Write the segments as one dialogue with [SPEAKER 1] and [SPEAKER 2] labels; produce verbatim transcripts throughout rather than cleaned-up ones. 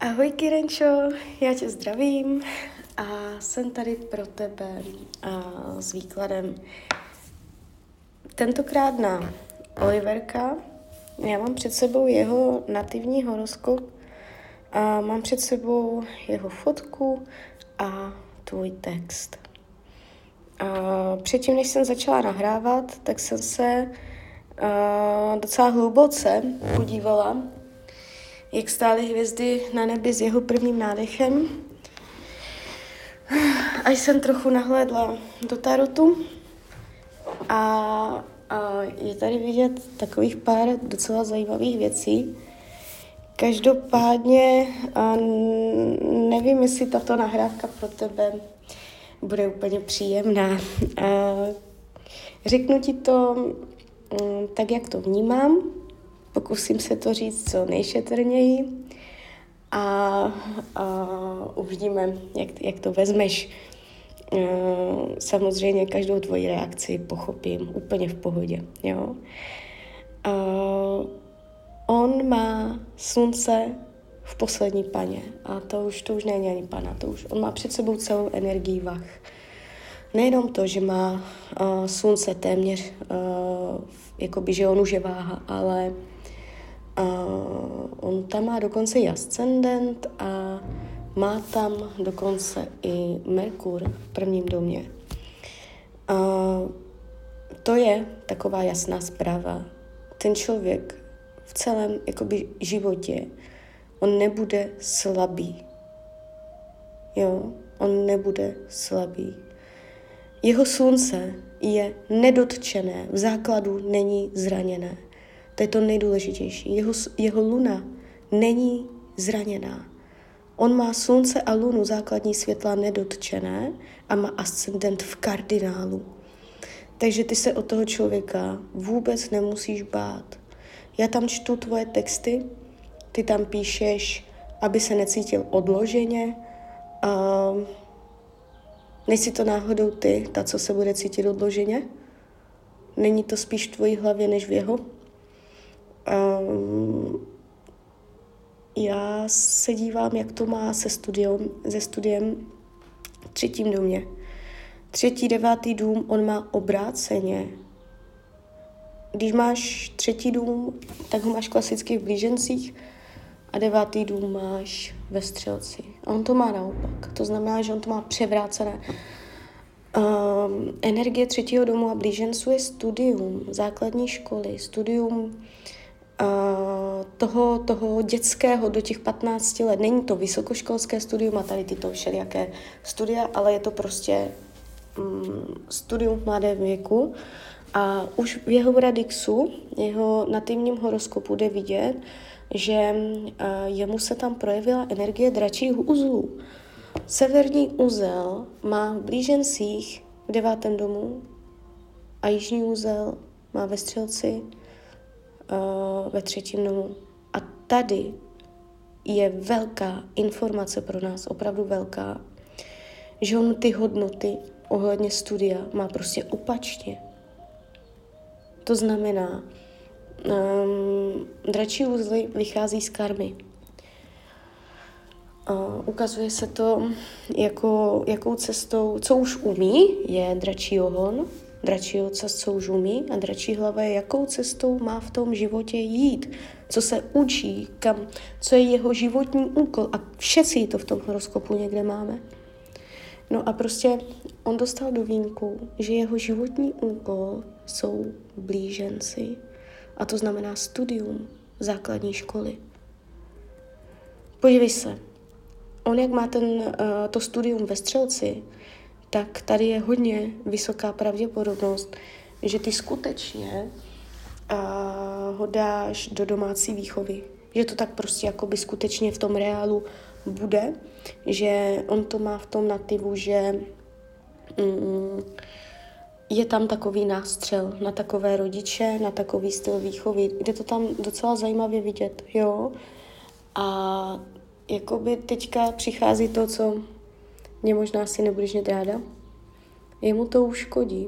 [SPEAKER 1] Ahoj Kirenčo, já tě zdravím a jsem tady pro tebe a s výkladem. Tentokrát na Oliverka. Já mám před sebou jeho nativní horoskop a mám před sebou jeho fotku a tvůj text. A předtím, než jsem začala nahrávat, tak jsem se a, docela hluboce podívala, jak stály hvězdy na nebi s jeho prvním nádechem. A jsem trochu nahlédla do tarotu a, a je tady vidět takových pár docela zajímavých věcí. Každopádně a nevím, jestli tato nahrávka pro tebe bude úplně příjemná. A řeknu ti to tak, jak to vnímám. Pokusím se to říct co nejšetrněji a, a uvidíme, jak, jak to vezmeš. Samozřejmě každou tvoji reakci pochopím úplně v pohodě. Jo? On má slunce v poslední paně a to už, to už není ani pana, to už on má před sebou celou energii vah. Nejenom to, že má uh, slunce téměř, uh, jakoby, že on už je váha, ale uh, on tam má dokonce i ascendent a má tam dokonce i Merkur v prvním domě. Uh, to je taková jasná zpráva. Ten člověk v celém jakoby, životě, on nebude slabý. Jo, on nebude slabý. Jeho slunce je nedotčené, v základu není zraněné. To je to nejdůležitější. Jeho, jeho luna není zraněná. On má slunce a lunu základní světla nedotčené a má ascendent v kardinálu. Takže ty se od toho člověka vůbec nemusíš bát. Já tam čtu tvoje texty, ty tam píšeš, aby se necítil odloženě. Uh, nejsi to náhodou ty, ta, co se bude cítit odloženě? Není to spíš v tvojí hlavě, než v jeho? Uh, já se dívám, jak to má se studiem, se studiem v třetím domě. Třetí, devátý dům, on má obráceně. Když máš třetí dům, tak ho máš klasicky v blížencích a devátý dům máš ve střelci. A on to má naopak. To znamená, že on to má převrácené. Um, energie třetího domu a blíženců je studium, základní školy, studium uh, toho, toho dětského do těch patnácti let. Není to vysokoškolské studium a tady tyto všelijaké studia, ale je to prostě um, studium v mladém věku. A už v jeho radixu, jeho nativním horoskopu jde vidět, že uh, jemu se tam projevila energie dračích uzlů. Severní uzel má v blížencích v devátém domu a jižní uzel má ve střelci uh, ve třetím domu. A tady je velká informace pro nás, opravdu velká, že on ty hodnoty ohledně studia má prostě opačně. To znamená, um, dračí uzly vychází z karmy. Uh, ukazuje se to, jako, jakou cestou, co už umí, je dračí ohon, dračí ocas, co už umí, a dračí hlava je, jakou cestou má v tom životě jít, co se učí, kam, co je jeho životní úkol. A všetci to v tom horoskopu někde máme. No a prostě on dostal do vínku, že jeho životní úkol jsou blíženci. A to znamená studium základní školy. Podívej se, on jak má ten, uh, to studium ve střelci, tak tady je hodně vysoká pravděpodobnost, že ty skutečně uh, ho dáš do domácí výchovy. Že to tak prostě jakoby skutečně v tom reálu bude, že on to má v tom nativu, že mm, je tam takový nástřel na takové rodiče, na takový styl výchovy. Jde to tam docela zajímavě vidět, jo. A jakoby teďka přichází to, co mě možná si nebudeš mít ráda. Jemu to uškodí,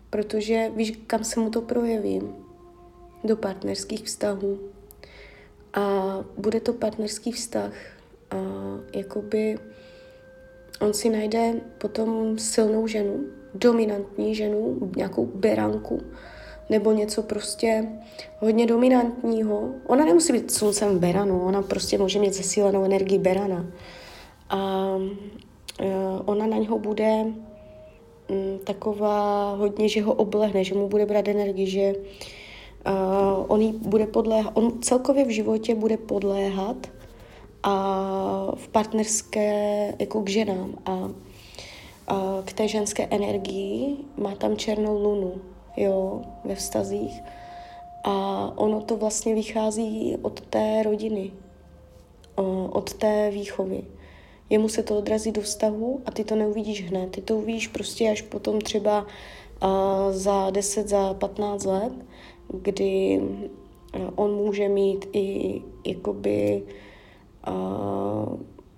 [SPEAKER 1] protože víš, kam se mu to projeví? Do partnerských vztahů. a bude to partnerský vztah. A jakoby on si najde potom silnou ženu, dominantní ženu, nějakou beranku, nebo něco prostě hodně dominantního. Ona nemusí být sluncem beranu, ona prostě může mít zesílenou energii berana. A ona na něho bude mm, taková hodně, že ho oblehne, že mu bude brát energii, že uh, on jí bude podléhat, on celkově v životě bude podléhat a v partnerské, jako k ženám a, a k té ženské energii má tam černou lunu, jo, ve vztazích a ono to vlastně vychází od té rodiny, od té výchovy. Jemu se to odrazí do vztahu a ty to neuvidíš hned. Ty to uvidíš prostě až potom třeba uh, za deset, za patnáct let, kdy uh, on může mít i jakoby uh,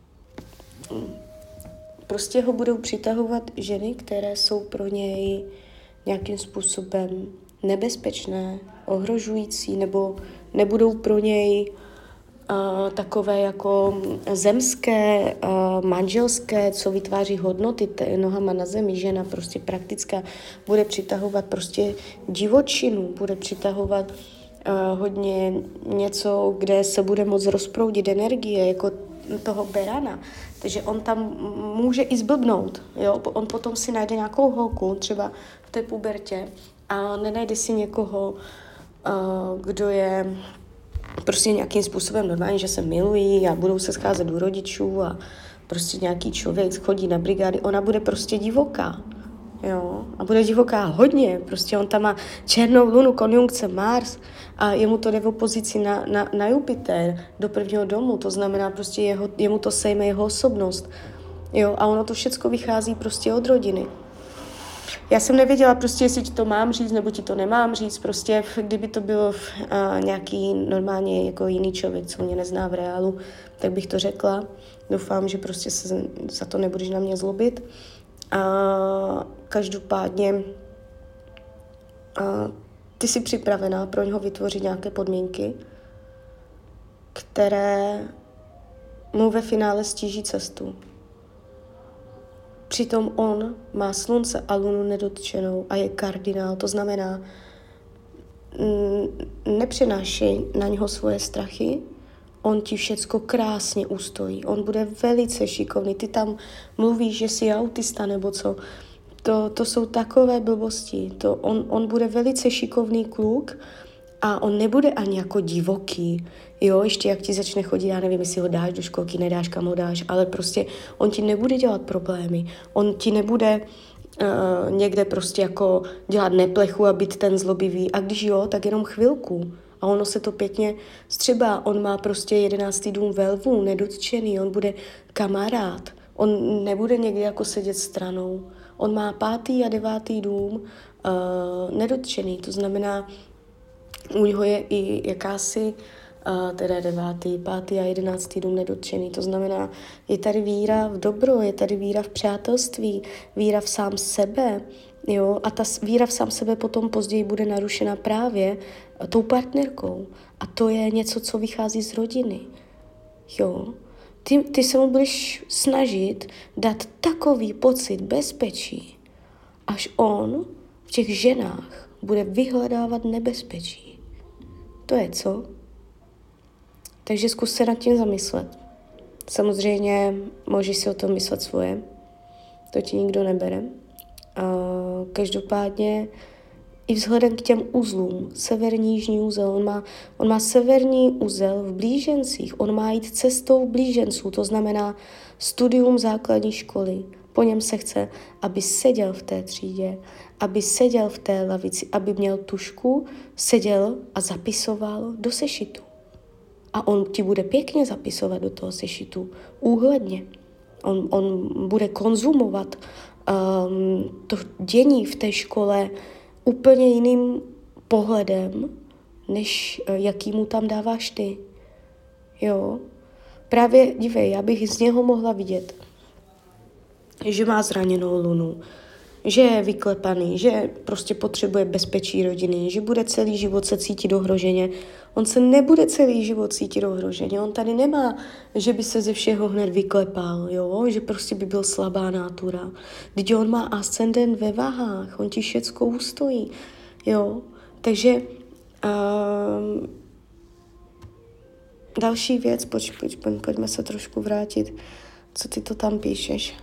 [SPEAKER 1] prostě ho budou přitahovat ženy, které jsou pro něj nějakým způsobem nebezpečné, ohrožující, nebo nebudou pro něj Uh, takové jako zemské, uh, manželské, co vytváří hodnoty t- nohama na zemi, žena prostě praktická, bude přitahovat prostě divočinu, bude přitahovat uh, hodně něco, kde se bude moc rozproudit energie, jako toho berana. Takže on tam může i zblbnout, jo? On potom si najde nějakou holku, třeba v té pubertě a nenajde si někoho, uh, kdo je prostě nějakým způsobem normálně, že se milují a budou se scházet u rodičů a prostě nějaký člověk chodí na brigády, ona bude prostě divoká, jo, a bude divoká hodně, prostě on tam má černou lunu, konjunkce Mars a jemu to jde v opozici na, na, na Jupiter do prvního domu, to znamená prostě jeho, jemu to sejme jeho osobnost, jo, a ono to všecko vychází prostě od rodiny. Já jsem nevěděla prostě, jestli ti to mám říct, nebo ti to nemám říct, prostě kdyby to bylo uh, nějaký normálně jako jiný člověk, co mě nezná v reálu, tak bych to řekla. Doufám, že prostě se za to nebudeš na mě zlobit. A každopádně uh, ty jsi připravená pro něho vytvořit nějaké podmínky, které mu ve finále stíží cestu. Přitom on má slunce a lunu nedotčenou a je kardinál, to znamená, nepřenášej na něho svoje strachy, on ti všecko krásně ustojí, on bude velice šikovný, ty tam mluvíš, že jsi autista nebo co, to, to jsou takové blbosti, to on, on bude velice šikovný kluk a on nebude ani jako divoký, jo, ještě jak ti začne chodit, já nevím, jestli ho dáš do školky, nedáš, kam ho dáš, ale prostě on ti nebude dělat problémy, on ti nebude uh, někde prostě jako dělat neplechu a být ten zlobivý a když jo, tak jenom chvilku a ono se to pěkně střebá, on má prostě jedenáctý dům ve lvu, nedotčený, on bude kamarád, on nebude někde jako sedět stranou, on má pátý a devátý dům uh, nedotčený, to znamená, u něho je i jakási, uh, teda devátý, pátý a jedenáctý dům nedotčený. To znamená, je tady víra v dobro, je tady víra v přátelství, víra v sám sebe, jo, a ta víra v sám sebe potom později bude narušena právě tou partnerkou. A to je něco, co vychází z rodiny, jo. Ty, ty se mu budeš snažit dát takový pocit bezpečí, až on v těch ženách bude vyhledávat nebezpečí. To je co? Takže zkus se nad tím zamyslet. Samozřejmě můžeš si o tom myslet svoje. To ti nikdo nebere. A každopádně i vzhledem k těm uzlům, severní, jižní úzel, on má, on má severní úzel v blížencích, on má jít cestou blíženců, to znamená studium základní školy. Po něm se chce, aby seděl v té třídě, aby seděl v té lavici, aby měl tužku, seděl a zapisoval do sešitu. A on ti bude pěkně zapisovat do toho sešitu, úhledně. On, on bude konzumovat um, to dění v té škole úplně jiným pohledem, než jaký mu tam dáváš ty. Jo? Právě, dívej, já bych z něho mohla vidět, že má zraněnou lunu, že je vyklepaný, že prostě potřebuje bezpečí rodiny, že bude celý život se cítit ohroženě. On se nebude celý život cítit ohroženě. On tady nemá, že by se ze všeho hned vyklepal, jo? Že prostě by byl slabá nátura. Když on má ascendent ve vahách, on ti všecko ustojí, jo? Takže um, další věc, pojď, pojď, pojď, pojďme se trošku vrátit, co ty to tam píšeš.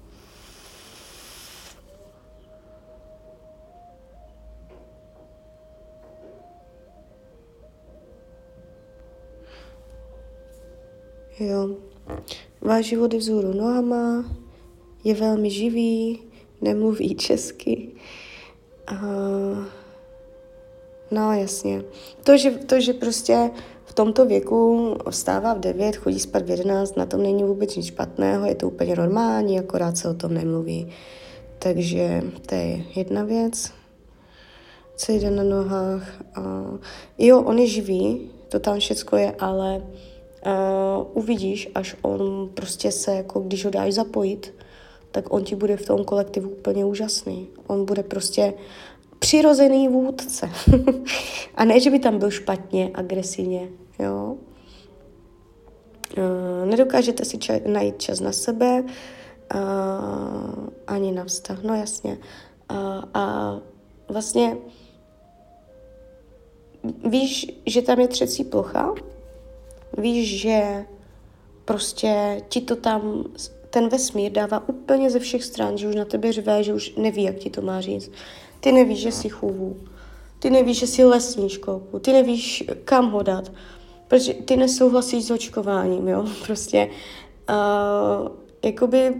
[SPEAKER 1] Jo. Váš život je vzhůru nohama, je velmi živý, nemluví česky. Uh, no jasně. To že, to, že prostě v tomto věku vstává v devět, chodí spát v jedenáct, na tom není vůbec nic špatného, je to úplně normální, akorát se o tom nemluví. Takže to je jedna věc. Co jde na nohách. Uh, jo, on je živý, to tam všecko je, ale Uh, uvidíš, až on prostě se, jako když ho dáš zapojit, tak on ti bude v tom kolektivu úplně úžasný. On bude prostě přirozený vůdce. A ne, že by tam byl špatně, agresivně, jo. Uh, nedokážete si ča- najít čas na sebe, uh, ani na vztah, no jasně. Uh, a vlastně víš, že tam je třecí plocha. Víš, že prostě ti to tam, ten vesmír dává úplně ze všech stran, že už na tebe řve, že už neví, jak ti to má říct. Ty nevíš, že jsi chůvů. Ty nevíš, že jsi lesní školku. Ty nevíš, kam ho dát. Protože ty nesouhlasíš s očkováním, jo. Prostě uh, jakoby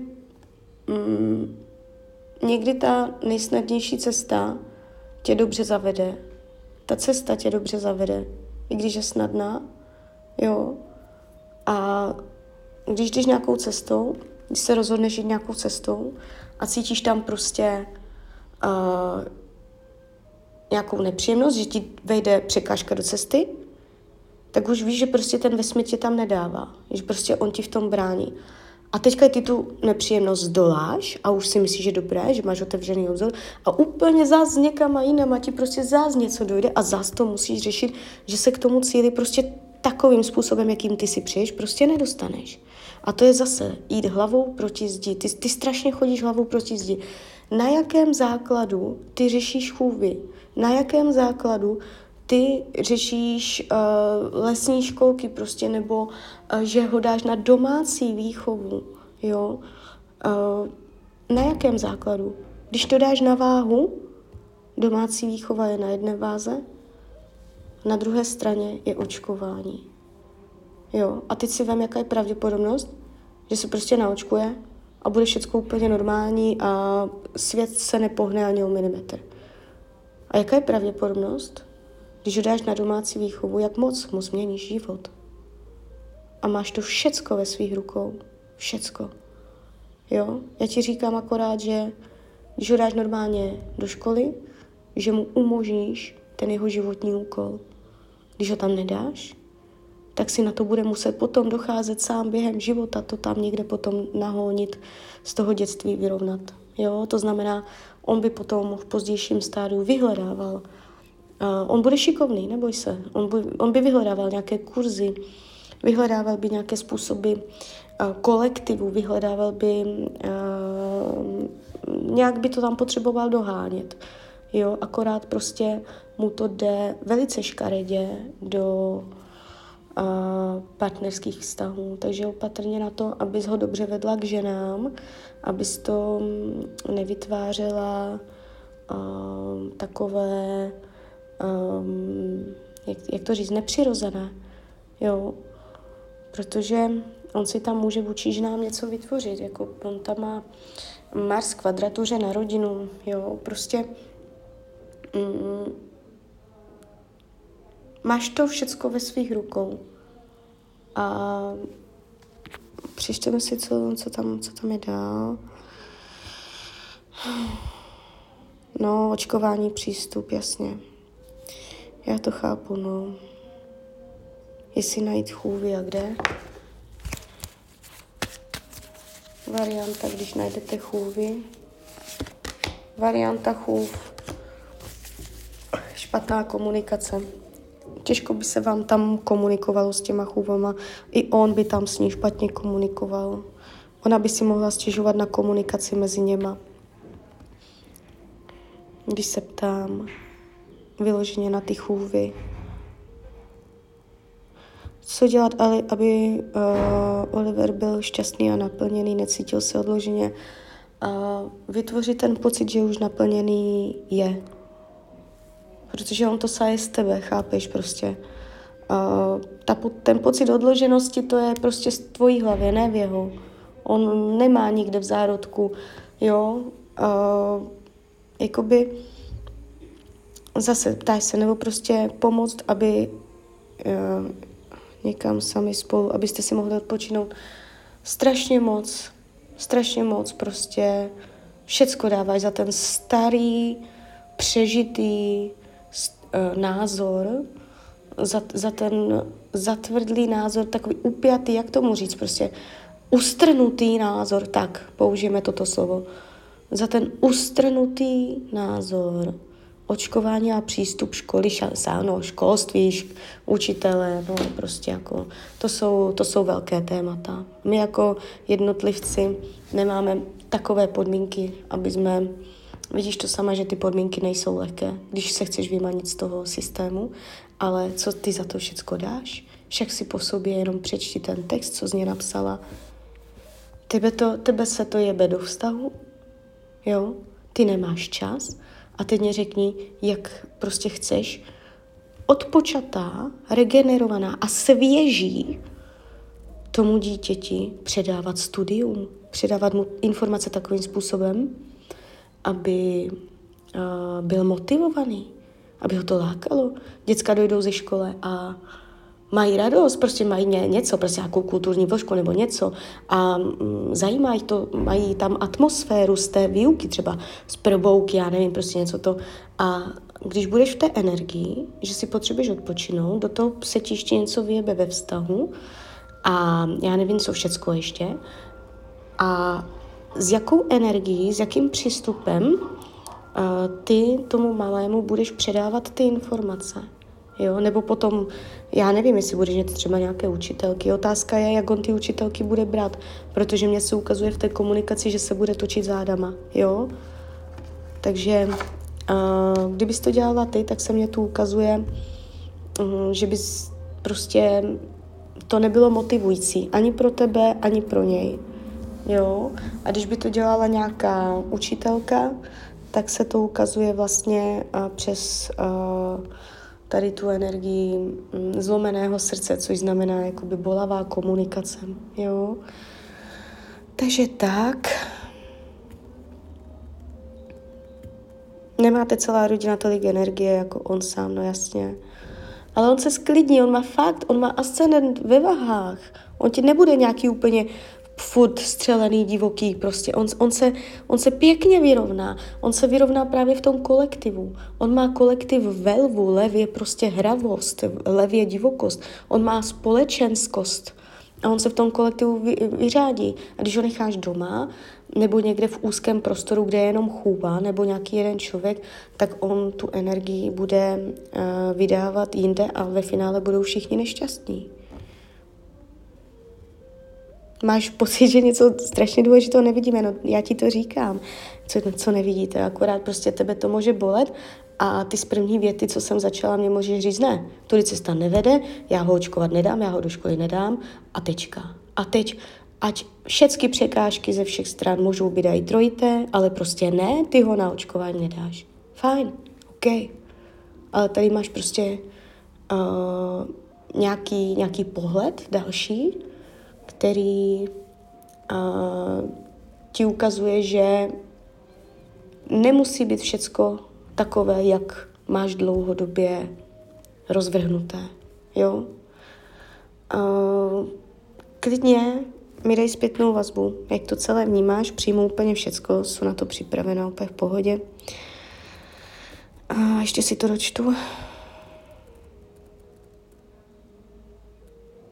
[SPEAKER 1] mm, někdy ta nejsnadnější cesta tě dobře zavede. Ta cesta tě dobře zavede. I když je snadná, jo. A když jdeš nějakou cestou, když se rozhodneš jít nějakou cestou a cítíš tam prostě uh, nějakou nepříjemnost, že ti vejde překážka do cesty, tak už víš, že prostě ten vesmír tě tam nedává. Že prostě on ti v tom brání. A teďka ty tu nepříjemnost zdoláš a už si myslíš, že dobré, že máš otevřený obzor a úplně zás někam a jinam a ti prostě zás něco dojde a zás to musíš řešit, že se k tomu cíli prostě takovým způsobem, jakým ty si přeješ, prostě nedostaneš. A to je zase jít hlavou proti zdi. Ty, ty strašně chodíš hlavou proti zdi. Na jakém základu ty řešíš chůvy? Na jakém základu ty řešíš uh, lesní školky prostě, nebo uh, že ho dáš na domácí výchovu, jo? Uh, na jakém základu? Když to dáš na váhu, domácí výchova je na jedné váze, na druhé straně je očkování. Jo? A teď si vem, jaká je pravděpodobnost, že se prostě naočkuje a bude všechno úplně normální a svět se nepohne ani o milimetr. A jaká je pravděpodobnost, když ho dáš na domácí výchovu, jak moc mu změníš život? A máš to všecko ve svých rukou. Všecko. Jo? Já ti říkám akorát, že když ho dáš normálně do školy, že mu umožníš ten jeho životní úkol. Když ho tam nedáš, tak si na to bude muset potom docházet sám během života, to tam někde potom nahonit, z toho dětství vyrovnat. Jo? To znamená, on by potom v pozdějším stádiu vyhledával. Uh, on bude šikovný, neboj se. On by, on by vyhledával nějaké kurzy, vyhledával by nějaké způsoby uh, kolektivu, vyhledával by, uh, nějak by to tam potřeboval dohánět. Jo, akorát prostě mu to jde velice škaredě do uh, partnerských vztahů. Takže opatrně na to, abys ho dobře vedla k ženám, abys to nevytvářela uh, takové, um, jak, jak to říct, nepřirozené. Jo, protože on si tam může vůči ženám něco vytvořit. Jako on tam má Mars kvadratuře na rodinu. Jo, prostě Mm, máš to všecko ve svých rukou. A přečteme si, co, co, tam, co tam je dál. No, očkování, přístup, jasně. Já to chápu, no. Jestli najít chůvy a kde. Varianta, když najdete chůvy. varianta chův, špatná komunikace. Těžko by se vám tam komunikovalo s těma chůvama. I on by tam s ní špatně komunikoval. Ona by si mohla stěžovat na komunikaci mezi něma. Když se ptám vyloženě na ty chůvy. Co dělat, ale aby uh, Oliver byl šťastný a naplněný, necítil se odloženě. Uh, vytvořit ten pocit, že už naplněný je. Protože on to saje z tebe, chápeš prostě. Uh, ta, ten pocit odloženosti, to je prostě z tvojí hlavě, ne v jeho. On nemá nikde v zárodku, jo. Uh, jakoby zase ptáš se, nebo prostě pomoct, aby uh, někam sami spolu, abyste si mohli odpočinout. Strašně moc, strašně moc prostě všecko dáváš za ten starý, přežitý uh, názor, za, za ten zatvrdlý názor, takový upjatý, jak tomu říct, prostě ustrnutý názor, tak použijeme toto slovo, za ten ustrnutý názor, očkování a přístup školy, sáno, školství, šk, učitele, no prostě jako, to jsou, to jsou velké témata. My jako jednotlivci nemáme takové podmínky, aby jsme, vidíš to sama, že ty podmínky nejsou lehké, když se chceš vymanit z toho systému, ale co ty za to všecko dáš? Však si po sobě jenom přečti ten text, co z něj napsala. Tebe, to, tebe se to jebe do vztahu, jo? Ty nemáš čas a teď mě řekni, jak prostě chceš odpočatá, regenerovaná a svěží tomu dítěti předávat studium, předávat mu informace takovým způsobem, aby uh, byl motivovaný, aby ho to lákalo. Děcka dojdou ze školy a mají radost, prostě mají ně, něco, prostě nějakou kulturní vložku nebo něco a mm, zajímají to, mají tam atmosféru z té výuky, třeba z probouky, já nevím, prostě něco to. A když budeš v té energii, že si potřebuješ odpočinout, do toho se ti ještě něco vyjebe ve vztahu a já nevím, co všecko ještě. A s jakou energií, s jakým přístupem uh, ty tomu malému budeš předávat ty informace. Jo? Nebo potom, já nevím, jestli budeš mít třeba nějaké učitelky. Otázka je, jak on ty učitelky bude brát, protože mě se ukazuje v té komunikaci, že se bude točit zádama. Jo? Takže uh, kdybys to dělala ty, tak se mě tu ukazuje, um, že bys prostě to nebylo motivující ani pro tebe, ani pro něj. Jo? A když by to dělala nějaká učitelka, tak se to ukazuje vlastně uh, přes uh, tady tu energii um, zlomeného srdce, což znamená jakoby bolavá komunikace. Jo? Takže tak. Nemáte celá rodina tolik energie, jako on sám, no jasně. Ale on se sklidní, on má fakt, on má ascendent ve vahách. On ti nebude nějaký úplně furt střelený, divoký, prostě. On, on, se, on se pěkně vyrovná. On se vyrovná právě v tom kolektivu. On má kolektiv ve lvu, lev je prostě hravost, lev je divokost. On má společenskost a on se v tom kolektivu vy, vyřádí. A když ho necháš doma, nebo někde v úzkém prostoru, kde je jenom chůva, nebo nějaký jeden člověk, tak on tu energii bude uh, vydávat jinde a ve finále budou všichni nešťastní. Máš pocit, že něco strašně důležitého nevidíme, no já ti to říkám, co, co nevidíte, akorát prostě tebe to může bolet a ty z první věty, co jsem začala, mě můžeš říct, ne, tudy cesta nevede, já ho očkovat nedám, já ho do školy nedám a tečka. A teď, ať všechny překážky ze všech stran můžou být i trojité, ale prostě ne, ty ho na očkování nedáš. Fajn, OK. Ale tady máš prostě uh, nějaký, nějaký pohled další, který uh, ti ukazuje, že nemusí být všecko takové, jak máš dlouhodobě rozvrhnuté. Jo? Uh, klidně mi dej zpětnou vazbu, jak to celé vnímáš, přijmu úplně všecko, jsou na to připravená úplně v pohodě. A ještě si to dočtu.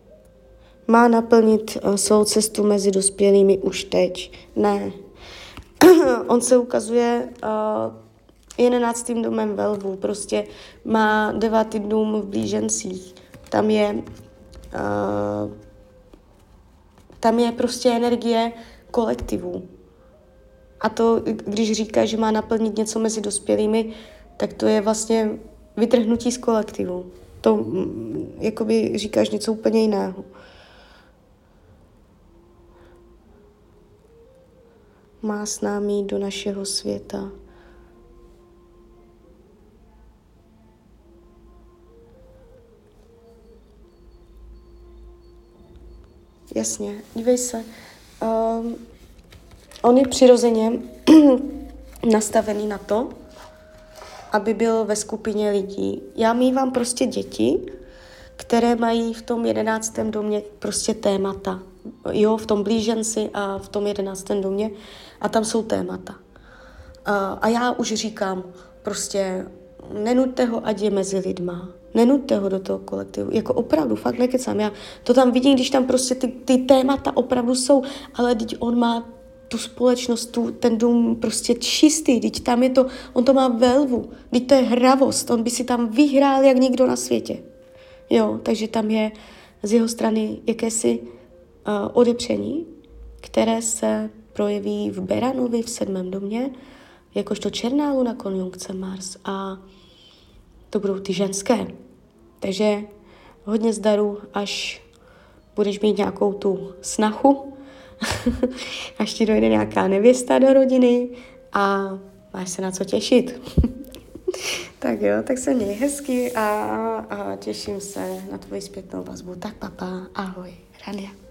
[SPEAKER 1] Má naplnit uh, svou cestu mezi dospělými už teď. Ne. on se ukazuje uh, jedenáctým domem ve lvu, prostě má devátý dům v blížencích. Tam je uh, tam je prostě energie kolektivu. A to, když říká, že má naplnit něco mezi dospělými, tak to je vlastně vytrhnutí z kolektivu. To mm, jakoby říkáš něco úplně jiného. Má s námi do našeho světa. Jasně, dívej se. Um, on je přirozeně nastavený na to, aby byl ve skupině lidí. Já mívám prostě děti, které mají v tom jedenáctém domě prostě témata. Jo, v tom blíženci a v tom jedenáctém domě a tam jsou témata. A, a já už říkám, prostě nenuďte ho, ať je mezi lidma. Nenuďte ho do toho kolektivu. Jako opravdu, fakt nekecám. Já to tam vidím, když tam prostě ty, ty témata opravdu jsou, ale teď on má tu společnost, tu, ten dům prostě čistý, teď tam je to, on to má ve lvu, teď to je hravost, on by si tam vyhrál jak nikdo na světě. Jo, takže tam je z jeho strany jakési uh, odepření, které se projeví v Beranovi v sedmém domě, jakožto černá luna konjunkce Mars a to budou ty ženské. Takže hodně zdaru, až budeš mít nějakou tu snahu, až ti dojde nějaká nevěsta do rodiny a máš se na co těšit. Tak jo, tak se měj hezky a, a těším se na tvoji zpětnou vazbu. Tak papa, ahoj, Rania.